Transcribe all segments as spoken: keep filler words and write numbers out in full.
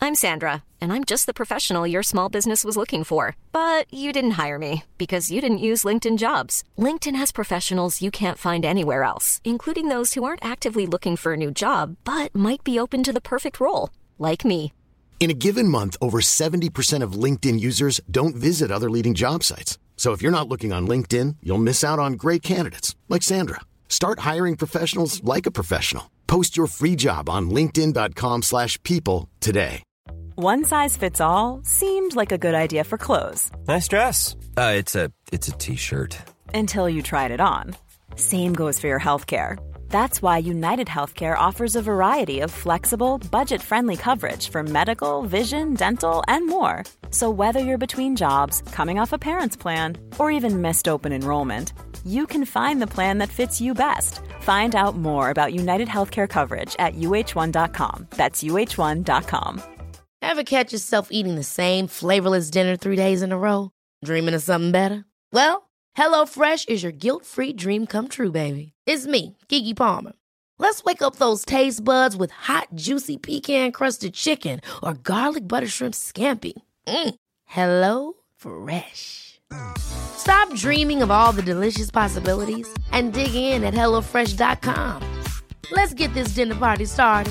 I'm Sandra, and I'm just the professional your small business was looking for. But you didn't hire me because you didn't use LinkedIn Jobs. LinkedIn has professionals you can't find anywhere else, including those who aren't actively looking for a new job, but might be open to the perfect role, like me. In a given month, over seventy percent of LinkedIn users don't visit other leading job sites. So if you're not looking on LinkedIn, you'll miss out on great candidates like Sandra. Start hiring professionals like a professional. Post your free job on linkedin dot com slash people today. One size fits all seemed like a good idea for clothes. Nice dress. Uh, it's a it's a t-shirt. Until you tried it on. Same goes for your healthcare. That's why United Healthcare offers a variety of flexible, budget-friendly coverage for medical, vision, dental, and more. So whether you're between jobs, coming off a parent's plan, or even missed open enrollment, you can find the plan that fits you best. Find out more about United Healthcare coverage at U H one dot com. That's U H one dot com. Ever catch yourself eating the same flavorless dinner three days in a row? Dreaming of something better? Well, HelloFresh is your guilt-free dream come true, baby. It's me, Keke Palmer. Let's wake up those taste buds with hot, juicy pecan-crusted chicken or garlic butter shrimp scampi. Mm. Hello Fresh. Stop dreaming of all the delicious possibilities and dig in at hello fresh dot com. Let's get this dinner party started.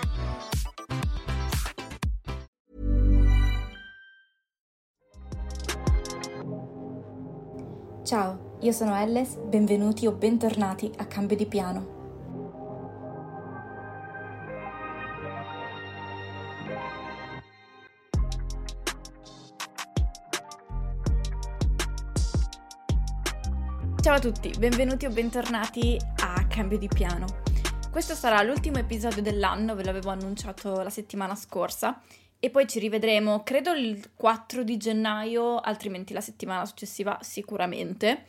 Ciao, io sono Elles, benvenuti o bentornati a Cambio di Piano. Ciao a tutti, benvenuti o bentornati a Cambio di Piano. Questo sarà l'ultimo episodio dell'anno, ve l'avevo annunciato la settimana scorsa, e poi ci rivedremo, credo il quattro di gennaio, altrimenti la settimana successiva sicuramente.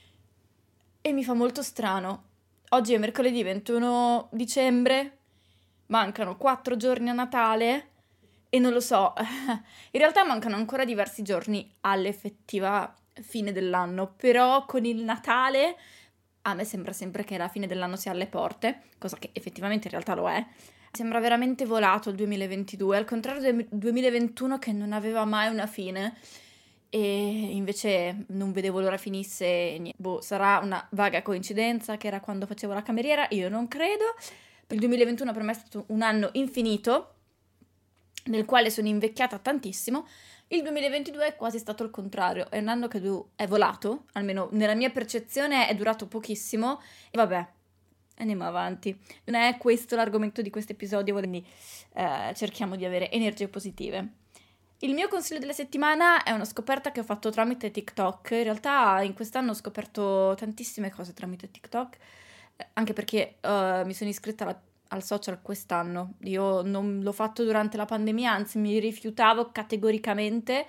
E mi fa molto strano. Oggi è mercoledì ventuno dicembre, mancano quattro giorni a Natale e non lo so, in realtà mancano ancora diversi giorni all'effettiva fine dell'anno, però con il Natale a me sembra sempre che la fine dell'anno sia alle porte, cosa che effettivamente in realtà lo è. Sembra veramente volato il duemilaventidue, al contrario del duemilaventuno che non aveva mai una fine, e invece non vedevo l'ora finisse. Niente. Boh, sarà una vaga coincidenza che era quando facevo la cameriera, io non credo. Il duemilaventuno per me è stato un anno infinito, nel quale sono invecchiata tantissimo. Il duemilaventidue è quasi stato il contrario, è un anno che è volato, almeno nella mia percezione è durato pochissimo, e vabbè. Andiamo avanti. Non è questo l'argomento di questo episodio, quindi eh, cerchiamo di avere energie positive. Il mio consiglio della settimana è una scoperta che ho fatto tramite TikTok. In realtà in quest'anno ho scoperto tantissime cose tramite TikTok, eh, anche perché uh, mi sono iscritta alla, al social quest'anno. Io non l'ho fatto durante la pandemia, anzi mi rifiutavo categoricamente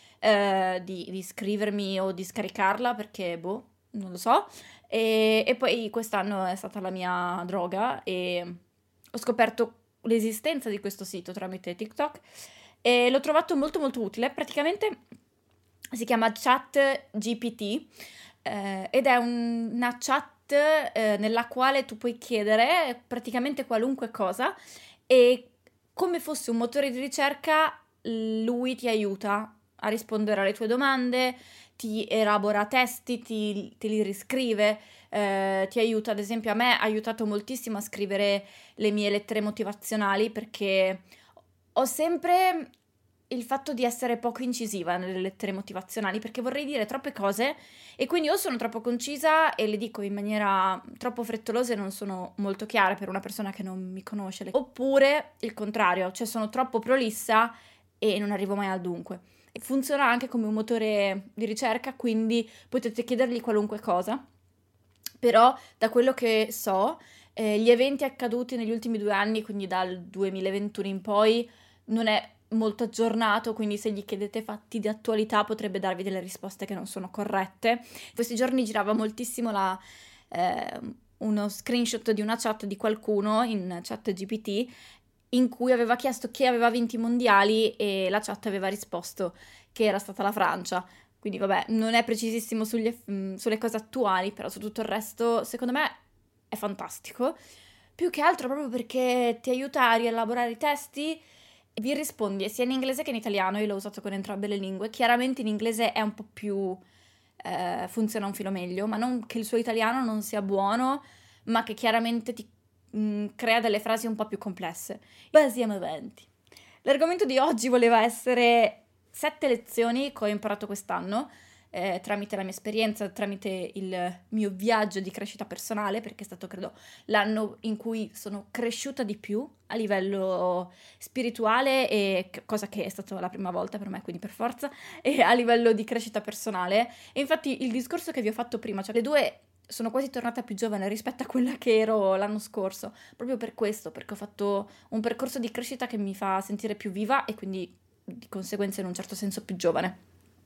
eh, di, di iscrivermi o di scaricarla perché, boh, non lo so. E, e poi quest'anno è stata la mia droga e ho scoperto l'esistenza di questo sito tramite TikTok e l'ho trovato molto molto utile. Praticamente si chiama ChatGPT eh, ed è un, una chat eh, nella quale tu puoi chiedere praticamente qualunque cosa e come fosse un motore di ricerca lui ti aiuta a rispondere alle tue domande, ti elabora testi, ti, te li riscrive, eh, ti aiuta. Ad esempio a me ha aiutato moltissimo a scrivere le mie lettere motivazionali, perché ho sempre il fatto di essere poco incisiva nelle lettere motivazionali, perché vorrei dire troppe cose e quindi o sono troppo concisa e le dico in maniera troppo frettolosa e non sono molto chiara per una persona che non mi conosce, oppure il contrario, cioè sono troppo prolissa e non arrivo mai al dunque. Funziona anche come un motore di ricerca, quindi potete chiedergli qualunque cosa, però da quello che so eh, gli eventi accaduti negli ultimi due anni, quindi dal duemilaventuno in poi, non è molto aggiornato, quindi se gli chiedete fatti di attualità potrebbe darvi delle risposte che non sono corrette. Questi giorni girava moltissimo la, eh, uno screenshot di una chat di qualcuno in ChatGPT in cui aveva chiesto chi aveva vinto i mondiali e la chat aveva risposto che era stata la Francia. Quindi vabbè, non è precisissimo sugli, mh, sulle cose attuali, però su tutto il resto secondo me è fantastico. Più che altro proprio perché ti aiuta a rielaborare i testi Vi rispondi sia in inglese che in italiano, io l'ho usato con entrambe le lingue. Chiaramente in inglese è un po' più... Eh, funziona un filo meglio, ma non che il suo italiano non sia buono, ma che chiaramente ti mh, crea delle frasi un po' più complesse. Passiamo avanti. L'argomento di oggi voleva essere sette lezioni che ho imparato quest'anno, eh, tramite la mia esperienza, tramite il mio viaggio di crescita personale, perché è stato, credo, l'anno in cui sono cresciuta di più a livello spirituale, e cosa che è stata la prima volta per me, quindi per forza, e a livello di crescita personale. E infatti il discorso che vi ho fatto prima, cioè le due, sono quasi tornata più giovane rispetto a quella che ero l'anno scorso, proprio per questo, perché ho fatto un percorso di crescita che mi fa sentire più viva e quindi di conseguenza in un certo senso più giovane.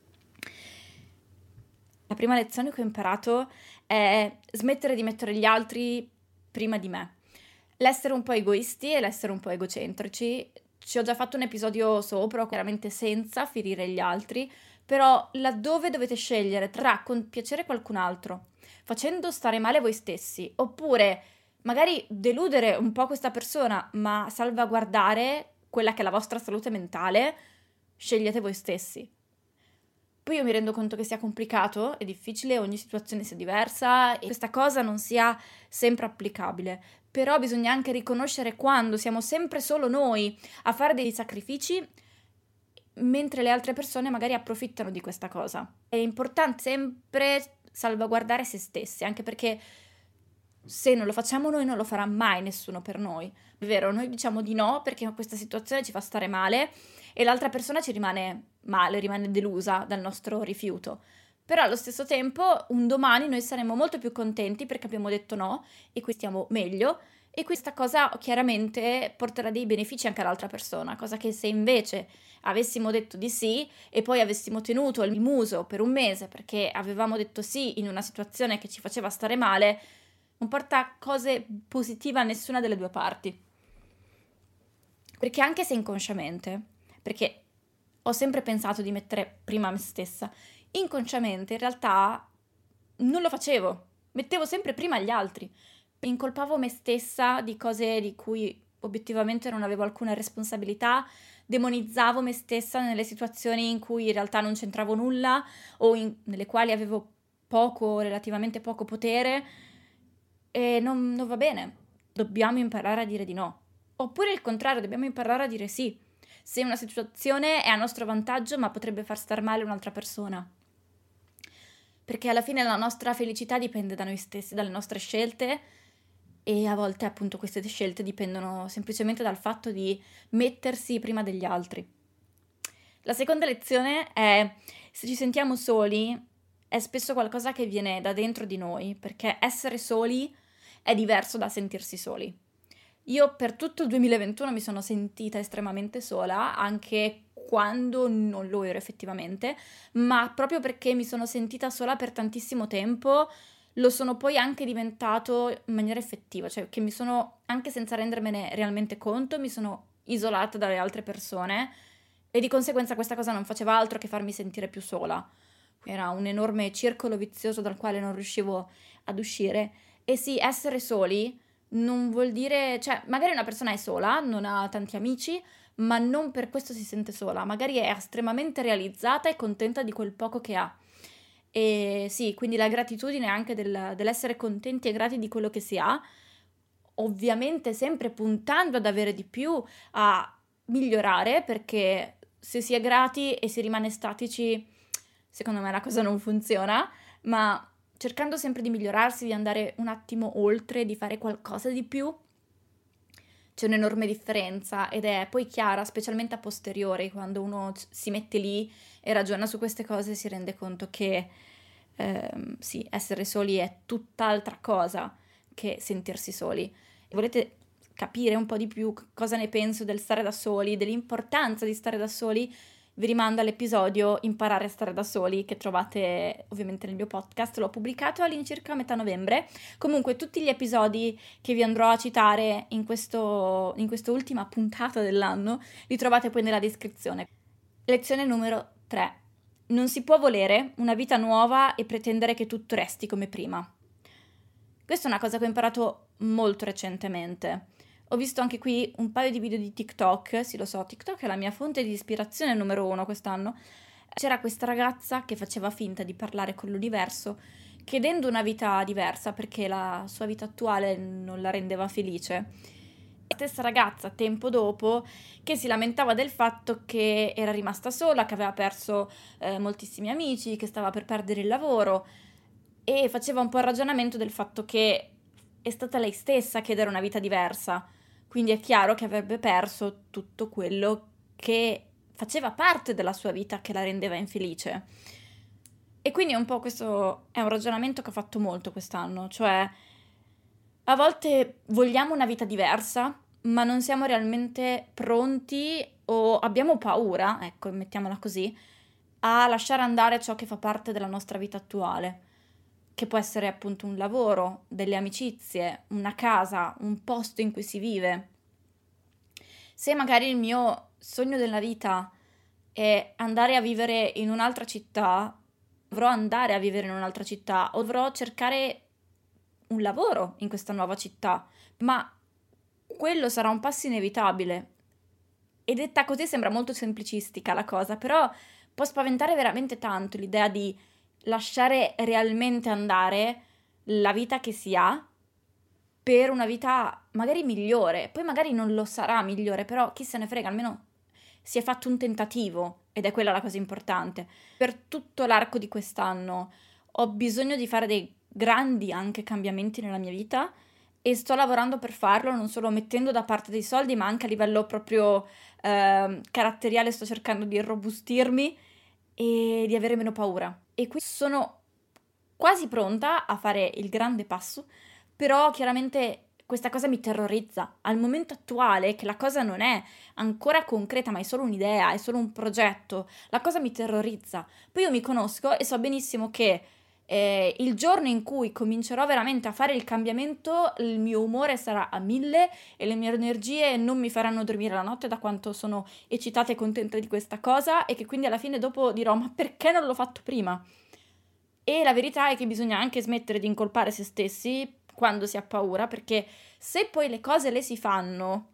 La prima lezione che ho imparato è smettere di mettere gli altri prima di me. L'essere un po' egoisti e l'essere un po' egocentrici. Ci ho già fatto un episodio sopra, chiaramente senza ferire gli altri, però laddove dovete scegliere tra compiacere qualcun altro, facendo stare male voi stessi, oppure magari deludere un po' questa persona, ma salvaguardare quella che è la vostra salute mentale, scegliete voi stessi. Poi io mi rendo conto che sia complicato, è difficile, ogni situazione sia diversa e questa cosa non sia sempre applicabile, però bisogna anche riconoscere quando siamo sempre solo noi a fare dei sacrifici, mentre le altre persone magari approfittano di questa cosa. È importante sempre salvaguardare se stessi, anche perché se non lo facciamo noi non lo farà mai nessuno per noi. È vero, noi diciamo di no perché questa situazione ci fa stare male e l'altra persona ci rimane male, rimane delusa dal nostro rifiuto. Però allo stesso tempo un domani noi saremo molto più contenti perché abbiamo detto no e qui stiamo meglio, e questa cosa chiaramente porterà dei benefici anche all'altra persona, cosa che se invece avessimo detto di sì e poi avessimo tenuto il muso per un mese perché avevamo detto sì in una situazione che ci faceva stare male, non porta cose positive a nessuna delle due parti. Perché anche se inconsciamente, perché ho sempre pensato di mettere prima me stessa, inconsciamente in realtà non lo facevo, mettevo sempre prima gli altri, incolpavo me stessa di cose di cui obiettivamente non avevo alcuna responsabilità, demonizzavo me stessa nelle situazioni in cui in realtà non c'entravo nulla o in, nelle quali avevo poco, relativamente poco potere, e non, non va bene, dobbiamo imparare a dire di no. Oppure il contrario, dobbiamo imparare a dire sì, se una situazione è a nostro vantaggio ma potrebbe far star male un'altra persona. Perché alla fine la nostra felicità dipende da noi stessi, dalle nostre scelte, e a volte appunto queste scelte dipendono semplicemente dal fatto di mettersi prima degli altri. La seconda lezione è: se ci sentiamo soli è spesso qualcosa che viene da dentro di noi, perché essere soli è diverso da sentirsi soli. Io per tutto il duemilaventuno mi sono sentita estremamente sola, anche quando non lo ero effettivamente, ma proprio perché mi sono sentita sola per tantissimo tempo, lo sono poi anche diventato in maniera effettiva, cioè che mi sono, anche senza rendermene realmente conto, mi sono isolata dalle altre persone e di conseguenza questa cosa non faceva altro che farmi sentire più sola. Era un enorme circolo vizioso dal quale non riuscivo ad uscire. E sì, essere soli non vuol dire, cioè magari una persona è sola, non ha tanti amici, ma non per questo si sente sola, magari è estremamente realizzata e contenta di quel poco che ha. E sì, quindi la gratitudine anche del, dell'essere contenti e grati di quello che si ha, ovviamente sempre puntando ad avere di più, a migliorare, perché se si è grati e si rimane statici, secondo me la cosa non funziona, ma cercando sempre di migliorarsi, di andare un attimo oltre, di fare qualcosa di più, c'è un'enorme differenza ed è poi chiara, specialmente a posteriori, quando uno si mette lì e ragiona su queste cose si rende conto che ehm, sì, essere soli è tutt'altra cosa che sentirsi soli. E volete capire un po' di più cosa ne penso del stare da soli, dell'importanza di stare da soli, vi rimando all'episodio Imparare a stare da soli, che trovate ovviamente nel mio podcast, l'ho pubblicato all'incirca a metà novembre. Comunque tutti gli episodi che vi andrò a citare in questo in questa ultima puntata dell'anno li trovate poi nella descrizione. Lezione numero tre. Non si può volere una vita nuova e pretendere che tutto resti come prima. Questa è una cosa che ho imparato molto recentemente. Ho visto anche qui un paio di video di TikTok, sì lo so, TikTok è la mia fonte di ispirazione numero uno quest'anno. C'era questa ragazza che faceva finta di parlare con l'universo, chiedendo una vita diversa perché la sua vita attuale non la rendeva felice. La stessa ragazza, tempo dopo, che si lamentava del fatto che era rimasta sola, che aveva perso eh, moltissimi amici, che stava per perdere il lavoro, e faceva un po' il ragionamento del fatto che è stata lei stessa a chiedere una vita diversa, quindi è chiaro che avrebbe perso tutto quello che faceva parte della sua vita che la rendeva infelice. E quindi un po' questo è un ragionamento che ho fatto molto quest'anno, cioè a volte vogliamo una vita diversa, ma non siamo realmente pronti o abbiamo paura, ecco, mettiamola così, a lasciare andare ciò che fa parte della nostra vita attuale, che può essere appunto un lavoro, delle amicizie, una casa, un posto in cui si vive. Se magari il mio sogno della vita è andare a vivere in un'altra città, dovrò andare a vivere in un'altra città, o dovrò cercare un lavoro in questa nuova città, ma quello sarà un passo inevitabile. E detta così sembra molto semplicistica la cosa, però può spaventare veramente tanto l'idea di lasciare realmente andare la vita che si ha per una vita magari migliore. Poi magari non lo sarà migliore, però chi se ne frega, almeno si è fatto un tentativo ed è quella la cosa importante. Per tutto l'arco di quest'anno ho bisogno di fare dei grandi anche cambiamenti nella mia vita e sto lavorando per farlo, non solo mettendo da parte dei soldi, ma anche a livello proprio eh, caratteriale sto cercando di irrobustirmi e di avere meno paura. E qui sono quasi pronta a fare il grande passo, però chiaramente questa cosa mi terrorizza. Al momento attuale, che la cosa non è ancora concreta, ma è solo un'idea, è solo un progetto, la cosa mi terrorizza. Poi io mi conosco e so benissimo che eh, il giorno in cui comincerò veramente a fare il cambiamento, il mio umore sarà a mille e le mie energie non mi faranno dormire la notte da quanto sono eccitata e contenta di questa cosa, e che quindi alla fine dopo dirò: ma perché non l'ho fatto prima? E la verità è che bisogna anche smettere di incolpare se stessi quando si ha paura, perché se poi le cose le si fanno,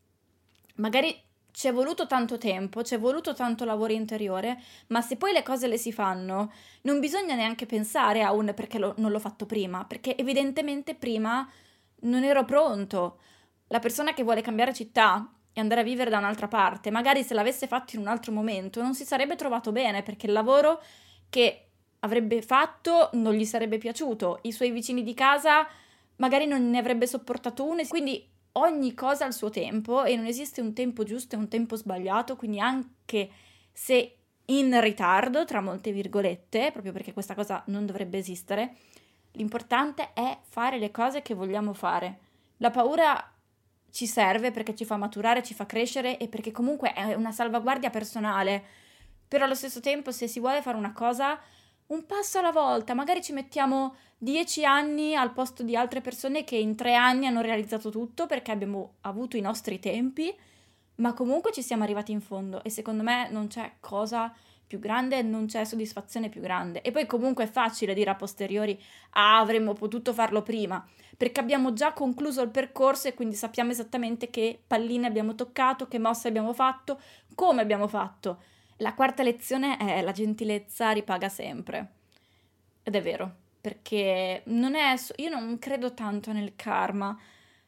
magari ci è voluto tanto tempo, ci è voluto tanto lavoro interiore, ma se poi le cose le si fanno, non bisogna neanche pensare a un perché lo, non l'ho fatto prima, perché evidentemente prima non ero pronto. La persona che vuole cambiare città e andare a vivere da un'altra parte, magari se l'avesse fatto in un altro momento, non si sarebbe trovato bene, perché il lavoro che avrebbe fatto non gli sarebbe piaciuto, i suoi vicini di casa magari non ne avrebbe sopportato uno, e quindi ogni cosa ha il suo tempo e non esiste un tempo giusto e un tempo sbagliato, quindi anche se in ritardo, tra molte virgolette, proprio perché questa cosa non dovrebbe esistere, l'importante è fare le cose che vogliamo fare. La paura ci serve perché ci fa maturare, ci fa crescere e perché comunque è una salvaguardia personale, però allo stesso tempo se si vuole fare una cosa un passo alla volta, magari ci mettiamo dieci anni al posto di altre persone che in tre anni hanno realizzato tutto perché abbiamo avuto i nostri tempi, ma comunque ci siamo arrivati in fondo e secondo me non c'è cosa più grande, non c'è soddisfazione più grande. E poi comunque è facile dire a posteriori: ah, avremmo potuto farlo prima, perché abbiamo già concluso il percorso e quindi sappiamo esattamente che palline abbiamo toccato, che mosse abbiamo fatto, come abbiamo fatto. La quarta lezione è: la gentilezza ripaga sempre. Ed è vero, perché non è, io non credo tanto nel karma,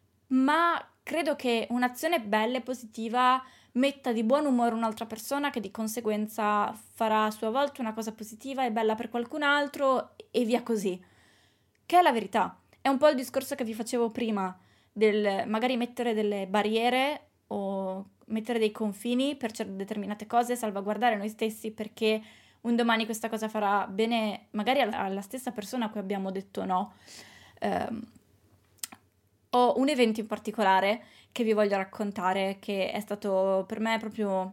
ma credo che un'azione bella e positiva metta di buon umore un'altra persona, che di conseguenza farà a sua volta una cosa positiva e bella per qualcun altro e via così. Che è la verità. È un po' il discorso che vi facevo prima, del magari mettere delle barriere o mettere dei confini per determinate cose, salvaguardare noi stessi, perché un domani questa cosa farà bene magari alla stessa persona a cui abbiamo detto no. Um, ho un evento in particolare che vi voglio raccontare, che è stato per me proprio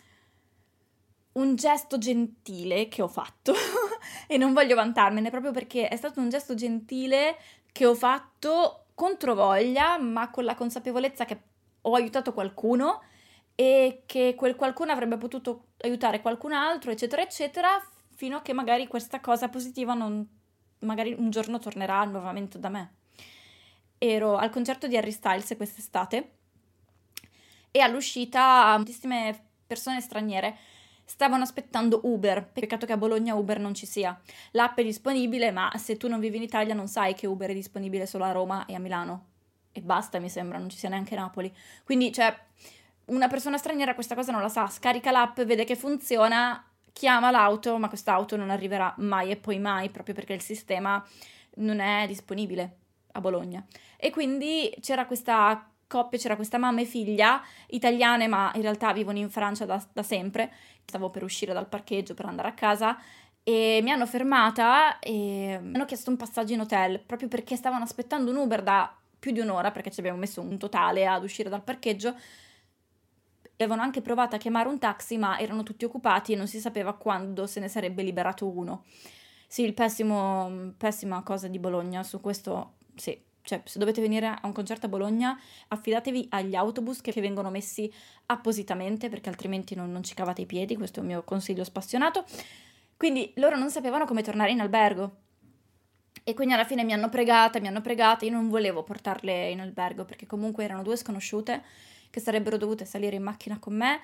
un gesto gentile che ho fatto e non voglio vantarmene, proprio perché è stato un gesto gentile che ho fatto controvoglia, ma con la consapevolezza che ho aiutato qualcuno e che quel qualcuno avrebbe potuto aiutare qualcun altro, eccetera eccetera, fino a che magari questa cosa positiva non magari un giorno tornerà nuovamente da me. Ero al concerto di Harry Styles quest'estate e all'uscita moltissime persone straniere stavano aspettando Uber. Peccato che a Bologna Uber non ci sia. L'app è disponibile, ma se tu non vivi in Italia non sai che Uber è disponibile solo a Roma e a Milano. E basta, mi sembra, non ci sia neanche a Napoli. Quindi, cioè, una persona straniera questa cosa non la sa. Scarica l'app, vede che funziona, chiama l'auto, ma quest'auto non arriverà mai e poi mai, proprio perché il sistema non è disponibile a Bologna. E quindi c'era questa coppia, c'era questa mamma e figlia, italiane, ma in realtà vivono in Francia da, da sempre. Stavo per uscire dal parcheggio per andare a casa e mi hanno fermata e mi hanno chiesto un passaggio in hotel, proprio perché stavano aspettando un Uber da più di un'ora, perché ci abbiamo messo un totale ad uscire dal parcheggio. E avevano anche provato a chiamare un taxi, ma erano tutti occupati e non si sapeva quando se ne sarebbe liberato uno. Sì, il pessimo, pessima cosa di Bologna, su questo sì. Cioè, se dovete venire a un concerto a Bologna, affidatevi agli autobus che vengono messi appositamente, perché altrimenti non, non ci cavate i piedi, questo è un mio consiglio spassionato. Quindi loro non sapevano come tornare in albergo. E quindi alla fine mi hanno pregata, mi hanno pregata, io non volevo portarle in albergo, perché comunque erano due sconosciute che sarebbero dovute salire in macchina con me,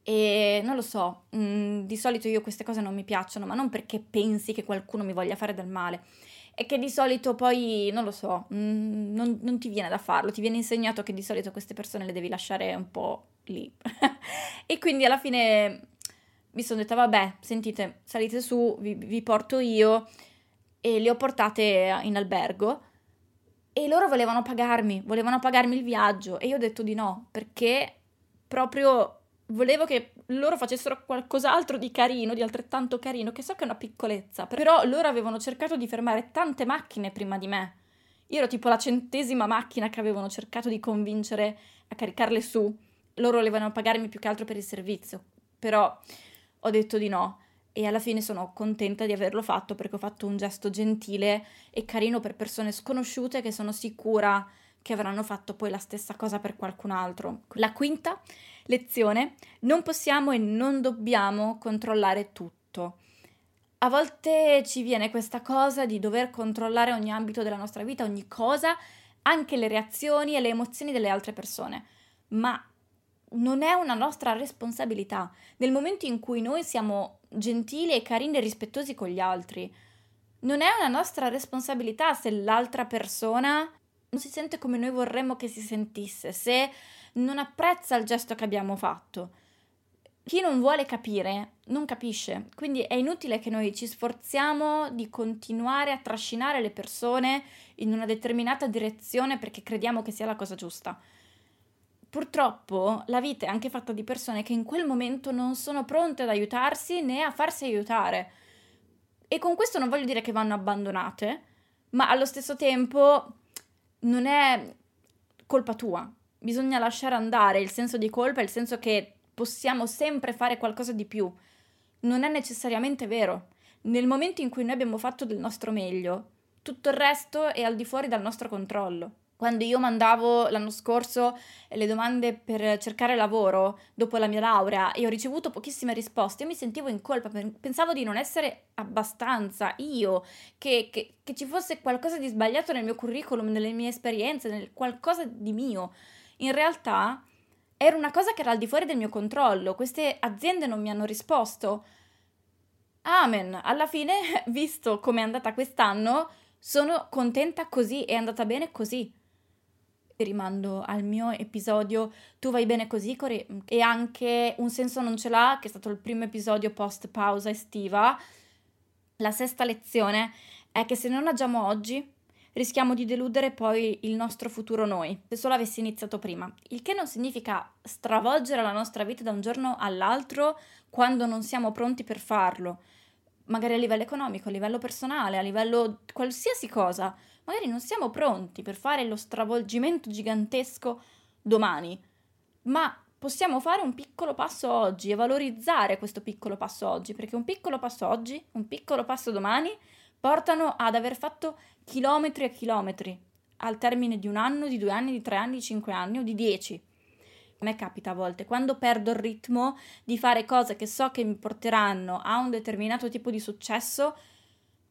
e non lo so, mh, di solito io queste cose non mi piacciono, ma non perché pensi che qualcuno mi voglia fare del male, è che di solito poi, non lo so, mh, non, non ti viene da farlo, ti viene insegnato che di solito queste persone le devi lasciare un po' lì. E quindi alla fine mi sono detta, vabbè, sentite, salite su, vi, vi porto io, e le ho portate in albergo, e loro volevano pagarmi, volevano pagarmi il viaggio, e io ho detto di no, perché proprio volevo che loro facessero qualcos'altro di carino, di altrettanto carino, che so che è una piccolezza, però loro avevano cercato di fermare tante macchine prima di me. Io ero tipo la centesima macchina che avevano cercato di convincere a caricarle su. Loro volevano pagarmi più che altro per il servizio, però ho detto di no. E alla fine sono contenta di averlo fatto, perché ho fatto un gesto gentile e carino per persone sconosciute che sono sicura che avranno fatto poi la stessa cosa per qualcun altro. La quinta lezione: non possiamo e non dobbiamo controllare tutto. A volte ci viene questa cosa di dover controllare ogni ambito della nostra vita, ogni cosa, anche le reazioni e le emozioni delle altre persone, ma non è una nostra responsabilità. Nel momento in cui noi siamo gentili e carini e rispettosi con gli altri, non è una nostra responsabilità se l'altra persona non si sente come noi vorremmo che si sentisse, se non apprezza il gesto che abbiamo fatto. Chi non vuole capire, non capisce. Quindi è inutile che noi ci sforziamo di continuare a trascinare le persone in una determinata direzione perché crediamo che sia la cosa giusta. Purtroppo la vita è anche fatta di persone che in quel momento non sono pronte ad aiutarsi né a farsi aiutare. E con questo non voglio dire che vanno abbandonate, ma allo stesso tempo non è colpa tua. Bisogna lasciare andare il senso di colpa, il senso che possiamo sempre fare qualcosa di più. Non è necessariamente vero. Nel momento in cui noi abbiamo fatto del nostro meglio, tutto il resto è al di fuori dal nostro controllo. Quando io mandavo l'anno scorso le domande per cercare lavoro dopo la mia laurea e ho ricevuto pochissime risposte, io mi sentivo in colpa, pensavo di non essere abbastanza io, che, che, che ci fosse qualcosa di sbagliato nel mio curriculum, nelle mie esperienze, nel qualcosa di mio. In realtà era una cosa che era al di fuori del mio controllo, queste aziende non mi hanno risposto. Amen, alla fine, visto come è andata quest'anno, sono contenta così, è andata bene così. Rimando al mio episodio Tu vai bene così, Core, e anche Un senso non ce l'ha, che è stato il primo episodio post pausa estiva. La sesta lezione è che se non agiamo oggi rischiamo di deludere poi il nostro futuro noi, se solo avessi iniziato prima, il che non significa stravolgere la nostra vita da un giorno all'altro quando non siamo pronti per farlo, magari a livello economico, a livello personale, a livello qualsiasi cosa. Magari non siamo pronti per fare lo stravolgimento gigantesco domani, ma possiamo fare un piccolo passo oggi e valorizzare questo piccolo passo oggi, perché un piccolo passo oggi, un piccolo passo domani portano ad aver fatto chilometri e chilometri al termine di un anno, di due anni, di tre anni, di cinque anni o di dieci. A me capita a volte, quando perdo il ritmo di fare cose che so che mi porteranno a un determinato tipo di successo,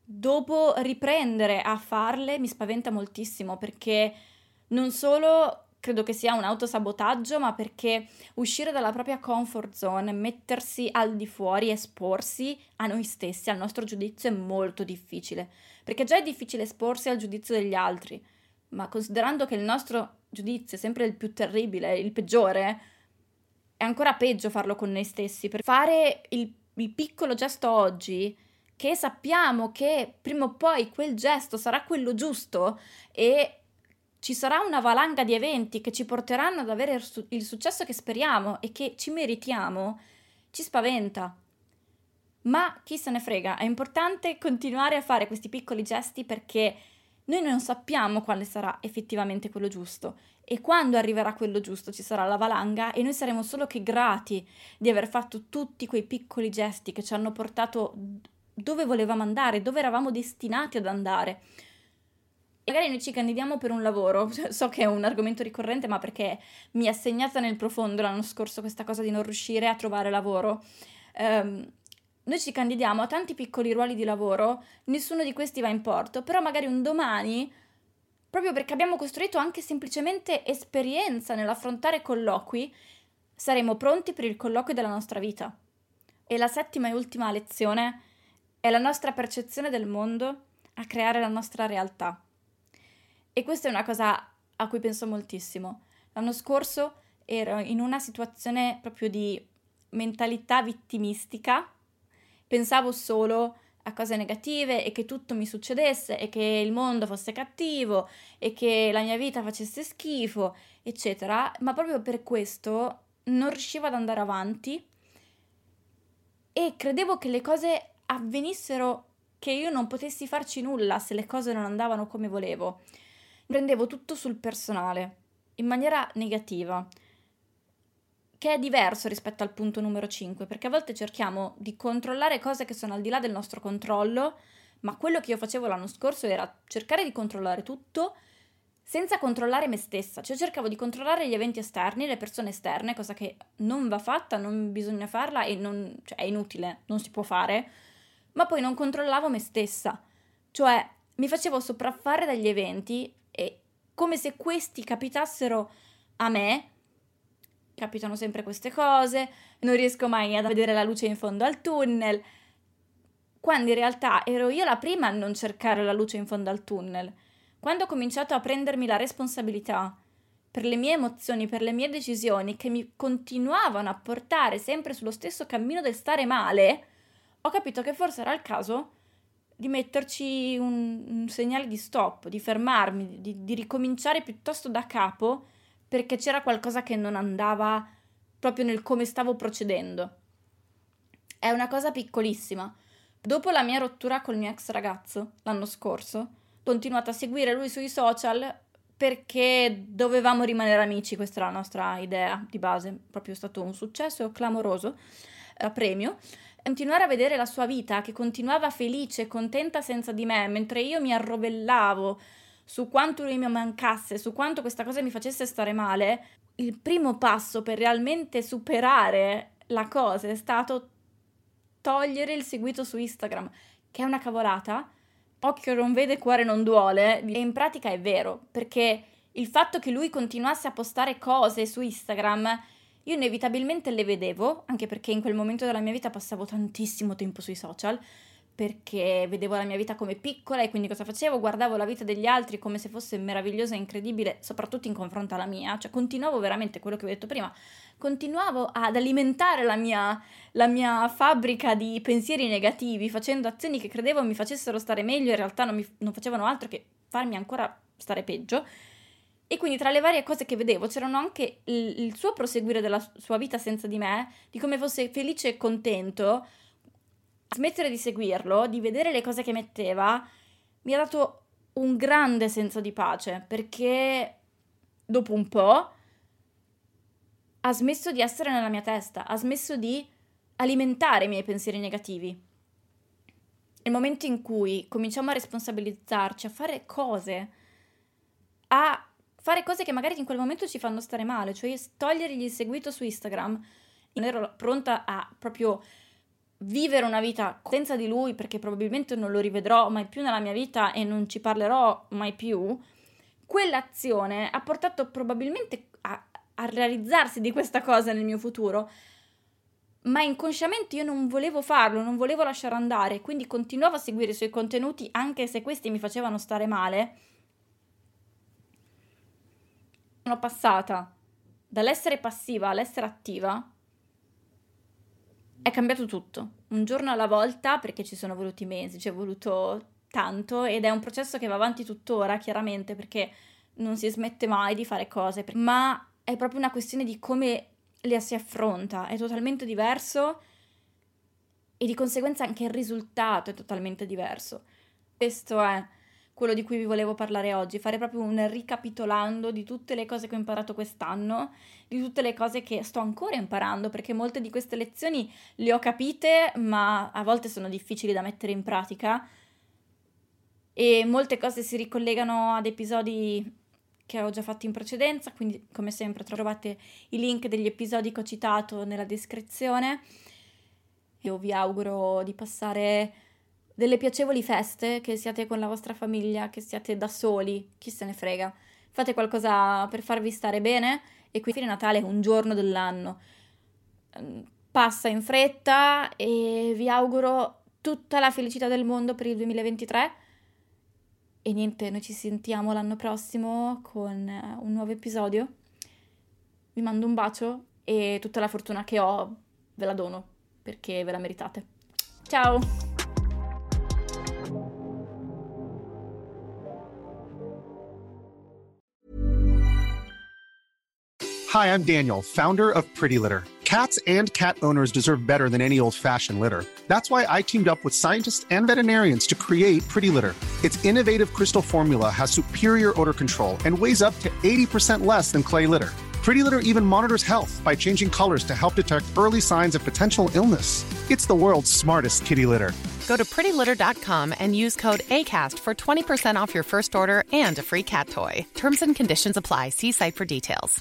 dopo riprendere a farle mi spaventa moltissimo, perché non solo credo che sia un autosabotaggio, ma perché uscire dalla propria comfort zone, mettersi al di fuori, esporsi a noi stessi, al nostro giudizio è molto difficile, perché già è difficile esporsi al giudizio degli altri, ma considerando che il nostro giudizio è sempre il più terribile, il peggiore, è ancora peggio farlo con noi stessi. Per fare il, il piccolo gesto oggi, che sappiamo che prima o poi quel gesto sarà quello giusto e ci sarà una valanga di eventi che ci porteranno ad avere il, su- il successo che speriamo e che ci meritiamo, ci spaventa. Ma chi se ne frega, è importante continuare a fare questi piccoli gesti perché noi non sappiamo quale sarà effettivamente quello giusto e quando arriverà quello giusto ci sarà la valanga e noi saremo solo che grati di aver fatto tutti quei piccoli gesti che ci hanno portato dove volevamo andare, dove eravamo destinati ad andare. Magari noi ci candidiamo per un lavoro, so che è un argomento ricorrente, ma perché mi è segnata nel profondo l'anno scorso questa cosa di non riuscire a trovare lavoro. Um, noi ci candidiamo a tanti piccoli ruoli di lavoro, nessuno di questi va in porto, però magari un domani, proprio perché abbiamo costruito anche semplicemente esperienza nell'affrontare colloqui, saremo pronti per il colloquio della nostra vita. E la settima e ultima lezione è la nostra percezione del mondo a creare la nostra realtà. E questa è una cosa a cui penso moltissimo. L'anno scorso ero in una situazione proprio di mentalità vittimistica, pensavo solo a cose negative e che tutto mi succedesse e che il mondo fosse cattivo e che la mia vita facesse schifo, eccetera, ma proprio per questo non riuscivo ad andare avanti e credevo che le cose avvenissero, che io non potessi farci nulla se le cose non andavano come volevo. Prendevo tutto sul personale, in maniera negativa, che è diverso rispetto al punto numero cinque, perché a volte cerchiamo di controllare cose che sono al di là del nostro controllo, ma quello che io facevo l'anno scorso era cercare di controllare tutto senza controllare me stessa, cioè cercavo di controllare gli eventi esterni, le persone esterne, cosa che non va fatta, non bisogna farla e non, cioè è inutile, non si può fare, ma poi non controllavo me stessa, cioè mi facevo sopraffare dagli eventi e come se questi capitassero a me. Capitano sempre queste cose, non riesco mai a vedere la luce in fondo al tunnel, quando in realtà ero io la prima a non cercare la luce in fondo al tunnel. Quando ho cominciato a prendermi la responsabilità per le mie emozioni, per le mie decisioni, che mi continuavano a portare sempre sullo stesso cammino del stare male, ho capito che forse era il caso di metterci un, un segnale di stop, di fermarmi, di, di ricominciare piuttosto da capo, perché c'era qualcosa che non andava proprio nel come stavo procedendo. È una cosa piccolissima. Dopo la mia rottura col mio ex ragazzo, l'anno scorso, ho continuato a seguire lui sui social perché dovevamo rimanere amici, questa era la nostra idea di base, proprio stato un successo clamoroso, a premio. Continuare a vedere la sua vita, che continuava felice, contenta senza di me, mentre io mi arrovellavo su quanto lui mi mancasse, su quanto questa cosa mi facesse stare male, il primo passo per realmente superare la cosa è stato togliere il seguito su Instagram, che è una cavolata, occhio non vede, cuore non duole, e in pratica è vero, perché il fatto che lui continuasse a postare cose su Instagram, io inevitabilmente le vedevo, anche perché in quel momento della mia vita passavo tantissimo tempo sui social, perché vedevo la mia vita come piccola e quindi cosa facevo? Guardavo la vita degli altri come se fosse meravigliosa e incredibile, soprattutto in confronto alla mia, cioè continuavo veramente quello che ho detto prima, continuavo ad alimentare la mia, la mia fabbrica di pensieri negativi, facendo azioni che credevo mi facessero stare meglio, in realtà non, mi, non facevano altro che farmi ancora stare peggio. E quindi tra le varie cose che vedevo c'erano anche il, il suo proseguire della sua vita senza di me, di come fosse felice e contento. Smettere di seguirlo, di vedere le cose che metteva, mi ha dato un grande senso di pace, perché dopo un po' ha smesso di essere nella mia testa, ha smesso di alimentare i miei pensieri negativi. Nel momento in cui cominciamo a responsabilizzarci, a fare cose, a fare cose che magari in quel momento ci fanno stare male, cioè togliergli il seguito su Instagram, non ero pronta a proprio vivere una vita senza di lui, perché probabilmente non lo rivedrò mai più nella mia vita e non ci parlerò mai più, quell'azione ha portato probabilmente a, a realizzarsi di questa cosa nel mio futuro, ma inconsciamente io non volevo farlo, non volevo lasciare andare, quindi continuavo a seguire i suoi contenuti anche se questi mi facevano stare male. Sono passata dall'essere passiva all'essere attiva, è cambiato tutto, un giorno alla volta, perché ci sono voluti mesi, ci è voluto tanto ed è un processo che va avanti tuttora, chiaramente, perché non si smette mai di fare cose, ma è proprio una questione di come le si affronta, è totalmente diverso e di conseguenza anche il risultato è totalmente diverso. Questo è quello di cui vi volevo parlare oggi, fare proprio un ricapitolando di tutte le cose che ho imparato quest'anno, di tutte le cose che sto ancora imparando, perché molte di queste lezioni le ho capite, ma a volte sono difficili da mettere in pratica e molte cose si ricollegano ad episodi che ho già fatto in precedenza, quindi come sempre trovate i link degli episodi che ho citato nella descrizione. Io vi auguro di passare delle piacevoli feste, che siate con la vostra famiglia, che siate da soli, chi se ne frega. Fate qualcosa per farvi stare bene e qui Natale è un giorno dell'anno. Passa in fretta e vi auguro tutta la felicità del mondo per il duemilaventitré. E niente, noi ci sentiamo l'anno prossimo con un nuovo episodio. Vi mando un bacio e tutta la fortuna che ho ve la dono, perché ve la meritate. Ciao! Hi, I'm Daniel, founder of Pretty Litter. Cats and cat owners deserve better than any old-fashioned litter. That's why I teamed up with scientists and veterinarians to create Pretty Litter. Its innovative crystal formula has superior odor control and weighs up to eighty percent less than clay litter. Pretty Litter even monitors health by changing colors to help detect early signs of potential illness. It's the world's smartest kitty litter. Go to pretty litter dot com and use code ACAST for twenty percent off your first order and a free cat toy. Terms and conditions apply. See site for details.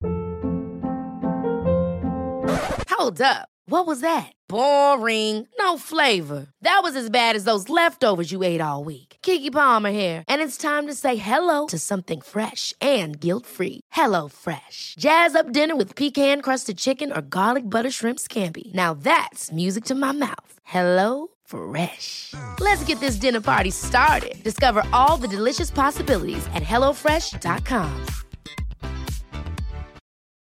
Hold up. What was that? Boring. No flavor. That was as bad as those leftovers you ate all week. Keke Palmer here, and it's time to say hello to something fresh and guilt-free. Hello Fresh. Jazz up dinner with pecan-crusted chicken or garlic butter shrimp scampi. Now that's music to my mouth. Hello Fresh. Let's get this dinner party started. Discover all the delicious possibilities at hello fresh dot com.